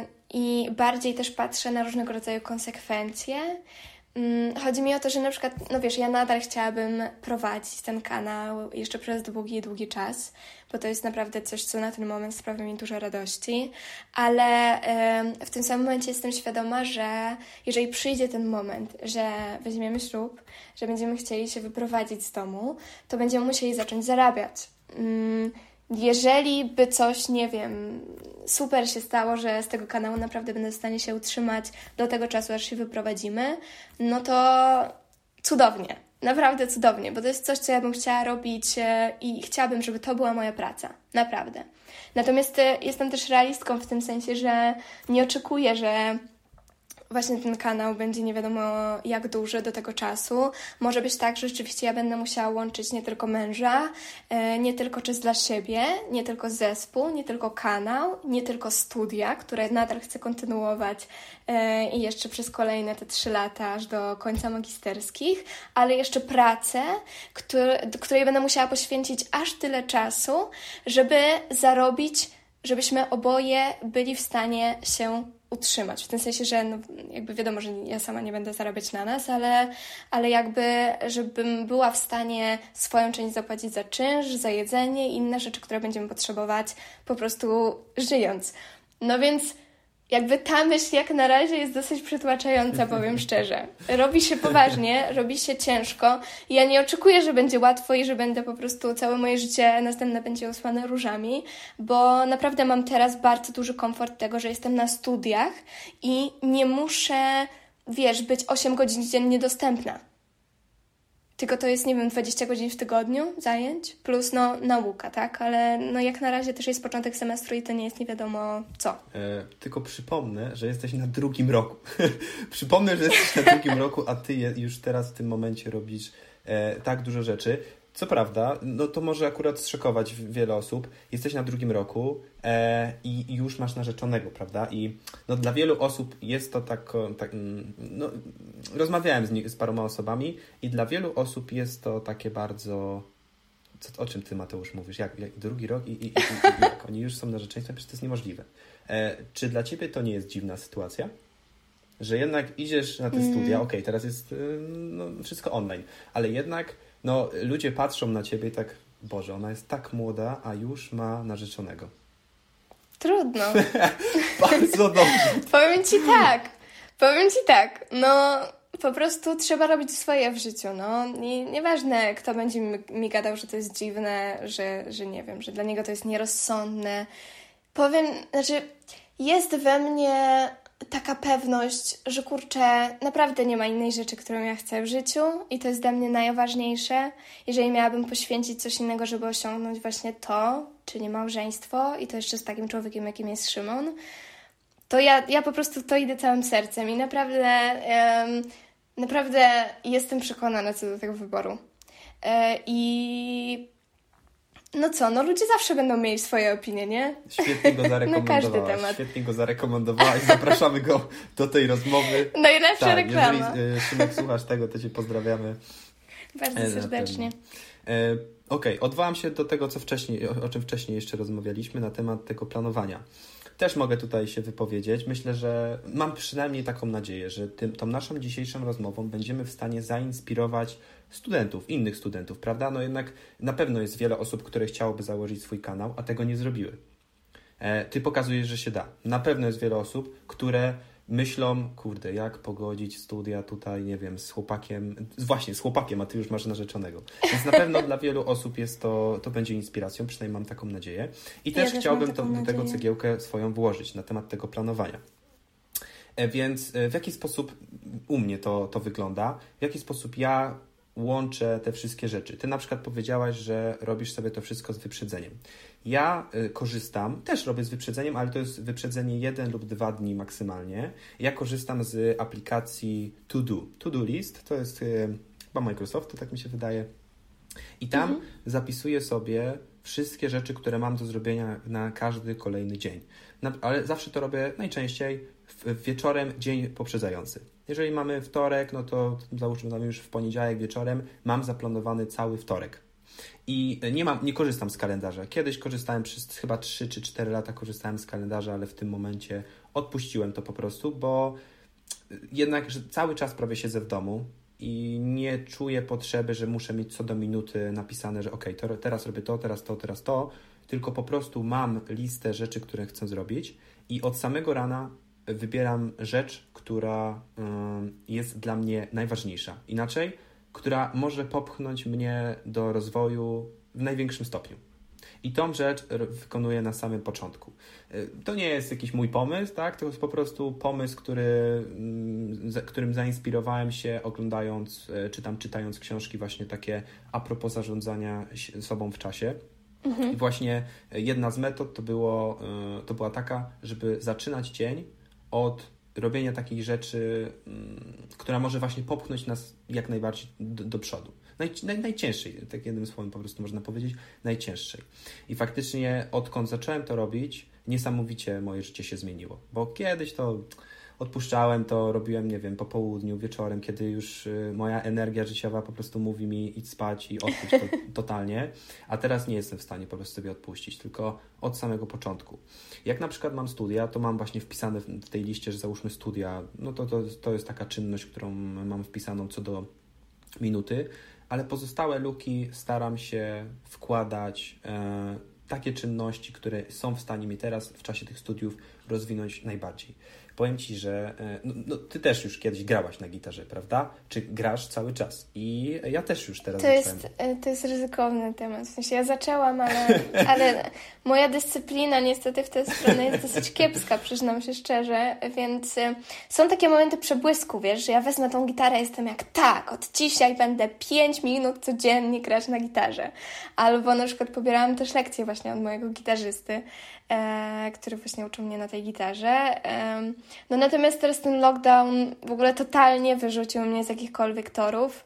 i bardziej też patrzę na różnego rodzaju konsekwencje. Yy, chodzi mi o to, że na przykład, no wiesz, ja nadal chciałabym prowadzić ten kanał jeszcze przez długi, długi czas, bo to jest naprawdę coś, co na ten moment sprawia mi dużo radości, ale yy, w tym samym momencie jestem świadoma, że jeżeli przyjdzie ten moment, że weźmiemy ślub, że będziemy chcieli się wyprowadzić z domu, to będziemy musieli zacząć zarabiać. Yy, jeżeli by coś, nie wiem, super się stało, że z tego kanału naprawdę będę w stanie się utrzymać do tego czasu, aż się wyprowadzimy, no to cudownie. Naprawdę cudownie, bo to jest coś, co ja bym chciała robić i chciałabym, żeby to była moja praca. Naprawdę. Natomiast jestem też realistką w tym sensie, że nie oczekuję, że właśnie ten kanał będzie nie wiadomo jak duży do tego czasu. Może być tak, że rzeczywiście ja będę musiała łączyć nie tylko męża, nie tylko czas dla siebie, nie tylko zespół, nie tylko kanał, nie tylko studia, które nadal chcę kontynuować i jeszcze przez kolejne te trzy lata aż do końca magisterskich, ale jeszcze pracę, której będę musiała poświęcić aż tyle czasu, żeby zarobić, żebyśmy oboje byli w stanie się utrzymać. W tym sensie, że no, jakby wiadomo, że ja sama nie będę zarabiać na nas, ale, ale jakby, żebym była w stanie swoją część zapłacić za czynsz, za jedzenie i inne rzeczy, które będziemy potrzebować po prostu żyjąc. No więc jakby ta myśl jak na razie jest dosyć przytłaczająca, powiem szczerze. Robi się poważnie, robi się ciężko. Ja nie oczekuję, że będzie łatwo i że będę po prostu całe moje życie następne będzie usłane różami, bo naprawdę mam teraz bardzo duży komfort tego, że jestem na studiach i nie muszę, wiesz, być osiem godzin dziennie dostępna. Tylko to jest, nie wiem, dwadzieścia godzin w tygodniu zajęć, plus no nauka, tak? Ale no jak na razie też jest początek semestru i to nie jest nie wiadomo co. E, tylko przypomnę, że jesteś na drugim roku. Przypomnę, że jesteś na drugim roku, a ty je, już teraz w tym momencie robisz e, tak dużo rzeczy. Co prawda, no to może akurat zszokować wiele osób. Jesteś na drugim roku e, i już masz narzeczonego, prawda? I no, dla wielu osób jest to tak, tak no, rozmawiałem z, nie, z paroma osobami i dla wielu osób jest to takie bardzo... Co, o czym ty, Mateusz, mówisz? Jak, jak drugi rok i, i, i, i jak oni już są narzeczeństwem? Przecież to jest niemożliwe. E, czy dla ciebie to nie jest dziwna sytuacja? Że jednak idziesz na te mm. studia, okej, okay, teraz jest no, wszystko online, ale jednak no, ludzie patrzą na ciebie i tak, Boże, ona jest tak młoda, a już ma narzeczonego. Trudno. Bardzo dobrze. Powiem ci tak, powiem ci tak, no po prostu trzeba robić swoje w życiu, no. I nieważne, kto będzie mi, mi gadał, że to jest dziwne, że, że nie wiem, że dla niego to jest nierozsądne. Powiem, znaczy, jest we mnie taka pewność, że kurczę, naprawdę nie ma innej rzeczy, którą ja chcę w życiu i to jest dla mnie najważniejsze. Jeżeli miałabym poświęcić coś innego, żeby osiągnąć właśnie to, czyli małżeństwo i to jeszcze z takim człowiekiem, jakim jest Szymon, to ja, ja po prostu to idę całym sercem i naprawdę, um, naprawdę jestem przekonana co do tego wyboru. E, I no co, no ludzie zawsze będą mieli swoje opinie, nie? Świetnie go zarekomendowałaś. Na każdy temat. Świetnie go zarekomendowałaś. Zapraszamy go do tej rozmowy. Najlepsza tak, reklama. Jeżeli Szymek słuchasz tego, to Cię pozdrawiamy. Bardzo serdecznie. E, Okej, okay. Odwołam się do tego, co wcześniej, o, o czym wcześniej jeszcze rozmawialiśmy, na temat tego planowania. Też mogę tutaj się wypowiedzieć. Myślę, że mam przynajmniej taką nadzieję, że tym, tą naszą dzisiejszą rozmową będziemy w stanie zainspirować studentów, innych studentów, prawda? No jednak na pewno jest wiele osób, które chciałoby założyć swój kanał, a tego nie zrobiły. E, ty pokazujesz, że się da. Na pewno jest wiele osób, które myślą, kurde, jak pogodzić studia tutaj, nie wiem, z chłopakiem, właśnie z chłopakiem, a ty już masz narzeczonego. Więc na pewno dla wielu osób jest to, to będzie inspiracją, przynajmniej mam taką nadzieję. I też ja chciałbym też to, do tego cegiełkę swoją włożyć na temat tego planowania. E, więc w jaki sposób u mnie to, to wygląda? W jaki sposób ja łączę te wszystkie rzeczy? Ty na przykład powiedziałaś, że robisz sobie to wszystko z wyprzedzeniem. Ja y, korzystam, też robię z wyprzedzeniem, ale to jest wyprzedzenie jeden lub dwa dni maksymalnie. Ja korzystam z aplikacji To Do. To Do List to jest y, chyba Microsoftu, tak mi się wydaje. I tam mhm. zapisuję sobie wszystkie rzeczy, które mam do zrobienia na każdy kolejny dzień. Na, ale zawsze to robię najczęściej w, wieczorem, dzień poprzedzający. Jeżeli mamy wtorek, no to załóżmy nam już w poniedziałek wieczorem mam zaplanowany cały wtorek. I nie mam, nie korzystam z kalendarza. Kiedyś korzystałem przez chyba trzy czy cztery lata korzystałem z kalendarza, ale w tym momencie odpuściłem to po prostu, bo jednak że cały czas prawie siedzę w domu i nie czuję potrzeby, że muszę mieć co do minuty napisane, że okej, okay, teraz robię to, teraz to, teraz to, tylko po prostu mam listę rzeczy, które chcę zrobić i od samego rana wybieram rzecz, która jest dla mnie najważniejsza. Inaczej, która może popchnąć mnie do rozwoju w największym stopniu. I tą rzecz wykonuję na samym początku. To nie jest jakiś mój pomysł, tak? To jest po prostu pomysł, który, którym zainspirowałem się oglądając, czy tam czytając książki właśnie takie a propos zarządzania sobą w czasie. Mhm. I właśnie jedna z metod to, było, to była taka, żeby zaczynać dzień od robienia takich rzeczy, która może właśnie popchnąć nas jak najbardziej do, do przodu. Naj, naj, najcięższej, tak jednym słowem po prostu można powiedzieć, najcięższej. I faktycznie odkąd zacząłem to robić, niesamowicie moje życie się zmieniło. Bo kiedyś to odpuszczałem, to robiłem, nie wiem, po południu, wieczorem, kiedy już moja energia życiowa po prostu mówi mi idź spać i odpuść to totalnie, a teraz nie jestem w stanie po prostu sobie odpuścić, tylko od samego początku. Jak na przykład mam studia, to mam właśnie wpisane w tej liście, że załóżmy studia, no to, to, to jest taka czynność, którą mam wpisaną co do minuty, ale pozostałe luki staram się wkładać e, takie czynności, które są w stanie mi teraz w czasie tych studiów rozwinąć najbardziej. Powiem Ci, że no, no, Ty też już kiedyś grałaś na gitarze, prawda? Czy grasz cały czas? I ja też już teraz to jest, to jest ryzykowny temat. W sensie ja zaczęłam, ale, ale moja dyscyplina niestety w tę stronę jest dosyć kiepska, przyznam się szczerze, więc są takie momenty przebłysku, wiesz, że ja wezmę tą gitarę i jestem jak tak, od dzisiaj będę pięć minut codziennie grać na gitarze. Albo na przykład pobierałam też lekcje właśnie od mojego gitarzysty, e, który właśnie uczył mnie na tej gitarze. E, No natomiast teraz ten lockdown w ogóle totalnie wyrzucił mnie z jakichkolwiek torów.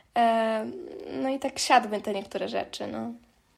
No i tak siadły te niektóre rzeczy, no.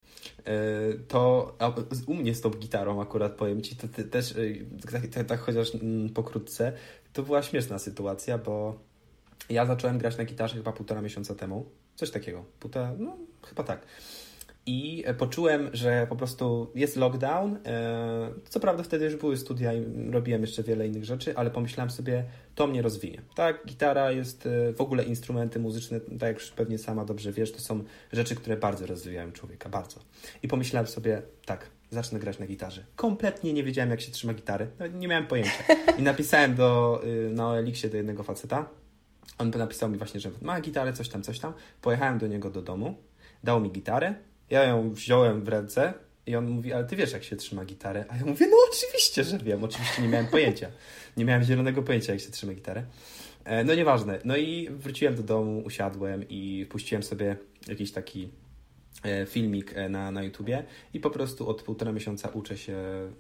To a, u mnie z tą gitarą akurat powiem Ci, to ty, też tak, tak, tak chociaż m, pokrótce, to była śmieszna sytuacja, bo ja zacząłem grać na gitarze chyba półtora miesiąca temu. Coś takiego. Półtora, no chyba tak. I poczułem, że po prostu jest lockdown. Co prawda wtedy już były studia i robiłem jeszcze wiele innych rzeczy, ale pomyślałem sobie, to mnie rozwinie. Tak, gitara jest, w ogóle instrumenty muzyczne, tak jak już pewnie sama dobrze wiesz, to są rzeczy, które bardzo rozwijają człowieka, bardzo. I pomyślałem sobie, tak, zacznę grać na gitarze. Kompletnie nie wiedziałem, jak się trzyma gitary, nie miałem pojęcia. I napisałem do, na O L X ie do jednego faceta, On napisał mi właśnie, że ma gitarę, coś tam, coś tam. Pojechałem do niego do domu, dał mi gitarę, ja ją wziąłem w ręce i on mówi, ale ty wiesz, jak się trzyma gitarę? A ja mówię, no oczywiście, że wiem. Oczywiście nie miałem pojęcia. Nie miałem zielonego pojęcia, jak się trzyma gitarę. No nieważne. No i wróciłem do domu, usiadłem i puściłem sobie jakiś taki filmik na, na YouTubie i po prostu od półtora miesiąca uczę się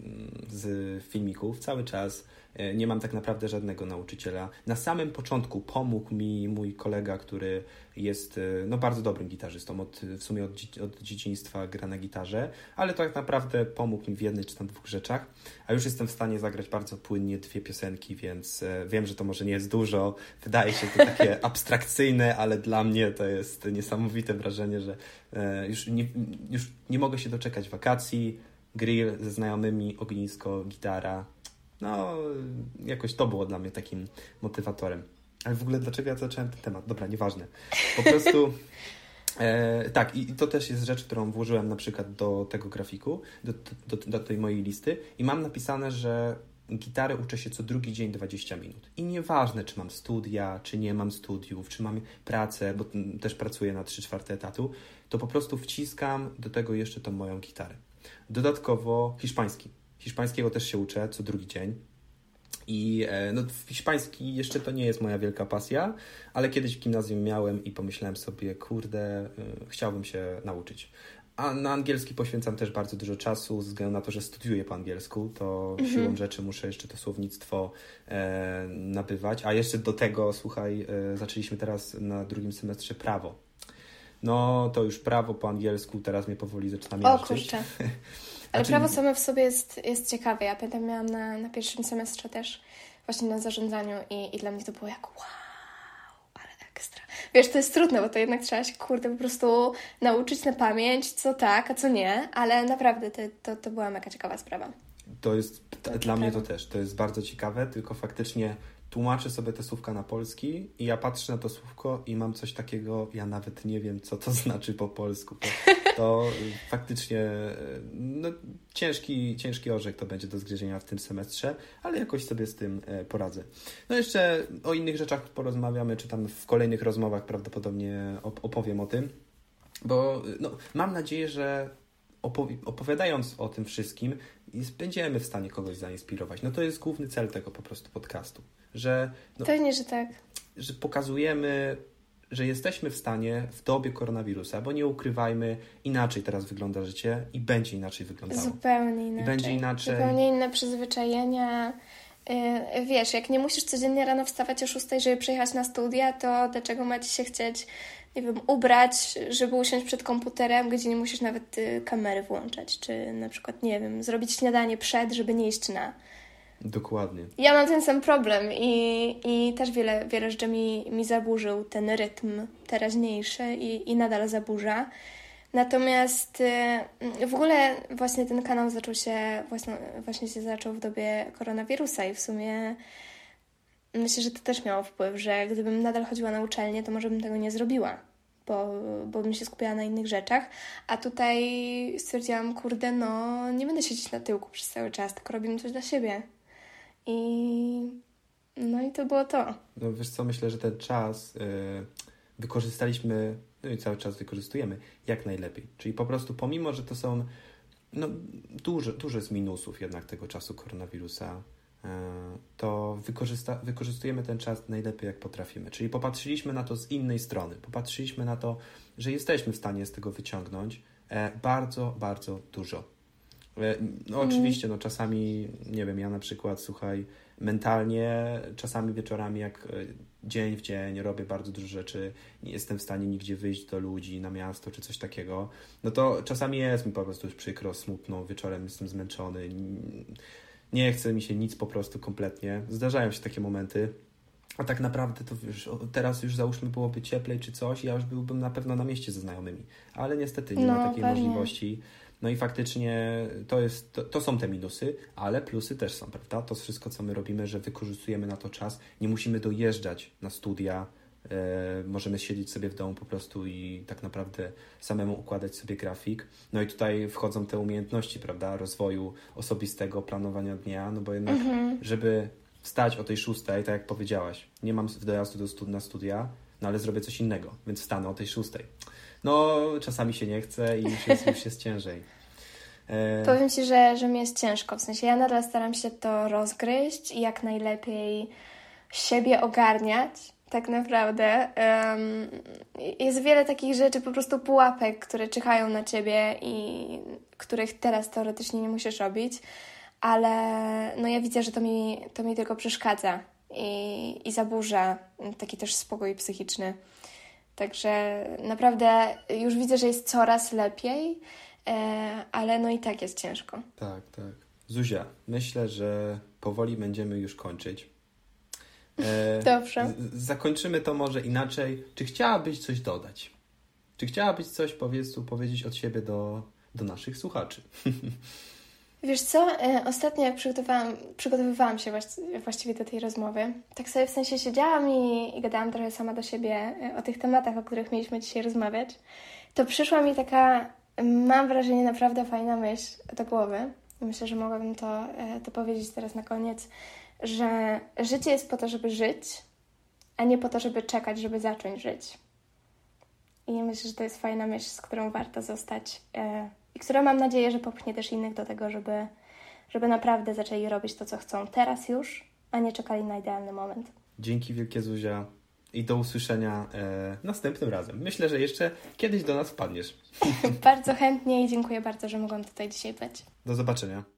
z filmików cały czas. Nie mam tak naprawdę żadnego nauczyciela. Na samym początku pomógł mi mój kolega, który jest no, bardzo dobrym gitarzystą. Od, w sumie od, od dzieciństwa gra na gitarze, ale tak naprawdę pomógł mi w jednej czy tam dwóch rzeczach. A już jestem w stanie zagrać bardzo płynnie dwie piosenki, więc wiem, że to może nie jest dużo. Wydaje się to takie abstrakcyjne, ale dla mnie to jest niesamowite wrażenie, że już nie, już nie mogę się doczekać wakacji, grill ze znajomymi, ognisko, gitara. No, jakoś to było dla mnie takim motywatorem. Ale w ogóle dlaczego ja zacząłem ten temat? Dobra, nieważne. Po prostu e, tak, i to też jest rzecz, którą włożyłem na przykład do tego grafiku, do, do, do tej mojej listy i mam napisane, że gitarę uczę się co drugi dzień dwadzieścia minut. I nieważne, czy mam studia, czy nie mam studiów, czy mam pracę, bo też pracuję na trzy czwarte etatu, to po prostu wciskam do tego jeszcze tą moją gitarę. Dodatkowo hiszpański. Hiszpańskiego też się uczę co drugi dzień i no, hiszpański jeszcze to nie jest moja wielka pasja, ale kiedyś w gimnazjum miałem i pomyślałem sobie, kurde, chciałbym się nauczyć. A na angielski poświęcam też bardzo dużo czasu, ze względu na to, że studiuję po angielsku, to mhm. siłą rzeczy muszę jeszcze to słownictwo e, nabywać, a jeszcze do tego, słuchaj, e, zaczęliśmy teraz na drugim semestrze prawo. No to już prawo po angielsku teraz mnie powoli zaczyna miażdżyć. O kurczę. Ale znaczy, prawo samo w sobie jest, jest ciekawe. Ja pamiętam, miałam na, na pierwszym semestrze też właśnie na zarządzaniu i, i dla mnie to było jak wow, ale ekstra. Wiesz, to jest trudne, bo to jednak trzeba się, kurde, po prostu nauczyć na pamięć, co tak, a co nie, ale naprawdę to, to, to była mega ciekawa sprawa. To jest, to, dla prawo. mnie to też, to jest bardzo ciekawe, tylko faktycznie tłumaczę sobie te słówka na polski i ja patrzę na to słówko i mam coś takiego, ja nawet nie wiem, co to znaczy po polsku. To, to faktycznie no, ciężki, ciężki orzech to będzie do zgryzienia w tym semestrze, ale jakoś sobie z tym poradzę. No jeszcze o innych rzeczach porozmawiamy, czy tam w kolejnych rozmowach prawdopodobnie opowiem o tym, bo no, mam nadzieję, że opowi- opowiadając o tym wszystkim będziemy w stanie kogoś zainspirować. No to jest główny cel tego po prostu podcastu. Że, no, Pewnie, że tak. Że pokazujemy, że jesteśmy w stanie w dobie koronawirusa, bo nie ukrywajmy, inaczej teraz wygląda życie i będzie inaczej wyglądało. Zupełnie inaczej. I będzie inaczej. Zupełnie inne przyzwyczajenia. Yy, wiesz, jak nie musisz codziennie rano wstawać o szóstej, żeby przyjechać na studia, to dlaczego ma ci się chcieć, nie wiem, ubrać, żeby usiąść przed komputerem, gdzie nie musisz nawet y, kamery włączać, czy na przykład, nie wiem, zrobić śniadanie przed, żeby nie iść na... Dokładnie. Ja mam ten sam problem i, i też wiele, wiele rzeczy mi, mi zaburzył ten rytm teraźniejszy i, i nadal zaburza. Natomiast y, w ogóle właśnie ten kanał zaczął się, właśnie, właśnie się zaczął w dobie koronawirusa i w sumie myślę, że to też miało wpływ, że gdybym nadal chodziła na uczelnię, to może bym tego nie zrobiła, bo, bo bym się skupiała na innych rzeczach, a tutaj stwierdziłam, kurde, no nie będę siedzieć na tyłku przez cały czas, tylko robimy coś dla siebie. I no i to było to. No wiesz co, myślę, że ten czas yy, wykorzystaliśmy, no i cały czas wykorzystujemy jak najlepiej. Czyli po prostu pomimo, że to są no, duże, duże z minusów jednak tego czasu koronawirusa, yy, to wykorzysta- wykorzystujemy ten czas najlepiej jak potrafimy. Czyli popatrzyliśmy na to z innej strony. Popatrzyliśmy na to, że jesteśmy w stanie z tego wyciągnąć e, bardzo, bardzo dużo. No oczywiście, no czasami, nie wiem, ja na przykład, słuchaj, mentalnie, czasami wieczorami, jak dzień w dzień robię bardzo dużo rzeczy, nie jestem w stanie nigdzie wyjść do ludzi, na miasto czy coś takiego, no to czasami jest mi po prostu już przykro, smutno, wieczorem jestem zmęczony, nie chce mi się nic po prostu kompletnie, zdarzają się takie momenty, a tak naprawdę to już, teraz już załóżmy byłoby cieplej czy coś, ja już byłbym na pewno na mieście ze znajomymi, ale niestety nie no, ma takiej pewnie. możliwości. No i faktycznie to, jest, to, to są te minusy, ale plusy też są, prawda? To wszystko, co my robimy, że wykorzystujemy na to czas, nie musimy dojeżdżać na studia, e, możemy siedzieć sobie w domu po prostu i tak naprawdę samemu układać sobie grafik. No i tutaj wchodzą te umiejętności, prawda? Rozwoju osobistego, planowania dnia, no bo jednak, mhm. żeby wstać o tej szóstej, tak jak powiedziałaś. Nie mam dojazdu do stud- na studia, no ale zrobię coś innego, więc wstanę o tej szóstej. No, czasami się nie chce i już jest, już jest ciężej. E... Powiem Ci, że, że mi jest ciężko. W sensie ja nadal staram się to rozgryźć i jak najlepiej siebie ogarniać. Tak naprawdę. Um, jest wiele takich rzeczy, po prostu pułapek, które czyhają na Ciebie i których teraz teoretycznie nie musisz robić, ale no ja widzę, że to mi, to mi tylko przeszkadza i, i zaburza taki też spokój psychiczny. Także naprawdę już widzę, że jest coraz lepiej, e, ale no i tak jest ciężko. Tak, tak. Zuzia, myślę, że powoli będziemy już kończyć. E, Dobrze. Z- zakończymy to może inaczej. Czy chciałabyś coś dodać? Czy chciałabyś coś powiedz, powiedzieć od siebie do, do naszych słuchaczy? Wiesz co, e, ostatnio jak przygotowałam, przygotowywałam się właści- właściwie do tej rozmowy, tak sobie w sensie siedziałam i, i gadałam trochę sama do siebie e, o tych tematach, o których mieliśmy dzisiaj rozmawiać, to przyszła mi taka, mam wrażenie, naprawdę fajna myśl do głowy. Myślę, że mogłabym to, e, to powiedzieć teraz na koniec, że życie jest po to, żeby żyć, a nie po to, żeby czekać, żeby zacząć żyć. I myślę, że to jest fajna myśl, z którą warto zostać e, i która mam nadzieję, że popchnie też innych do tego, żeby, żeby naprawdę zaczęli robić to, co chcą teraz już, a nie czekali na idealny moment. Dzięki wielkie, Zuzia, i do usłyszenia e, następnym razem. Myślę, że jeszcze kiedyś do nas wpadniesz. Bardzo chętnie i dziękuję bardzo, że mogłam tutaj dzisiaj być. Do zobaczenia.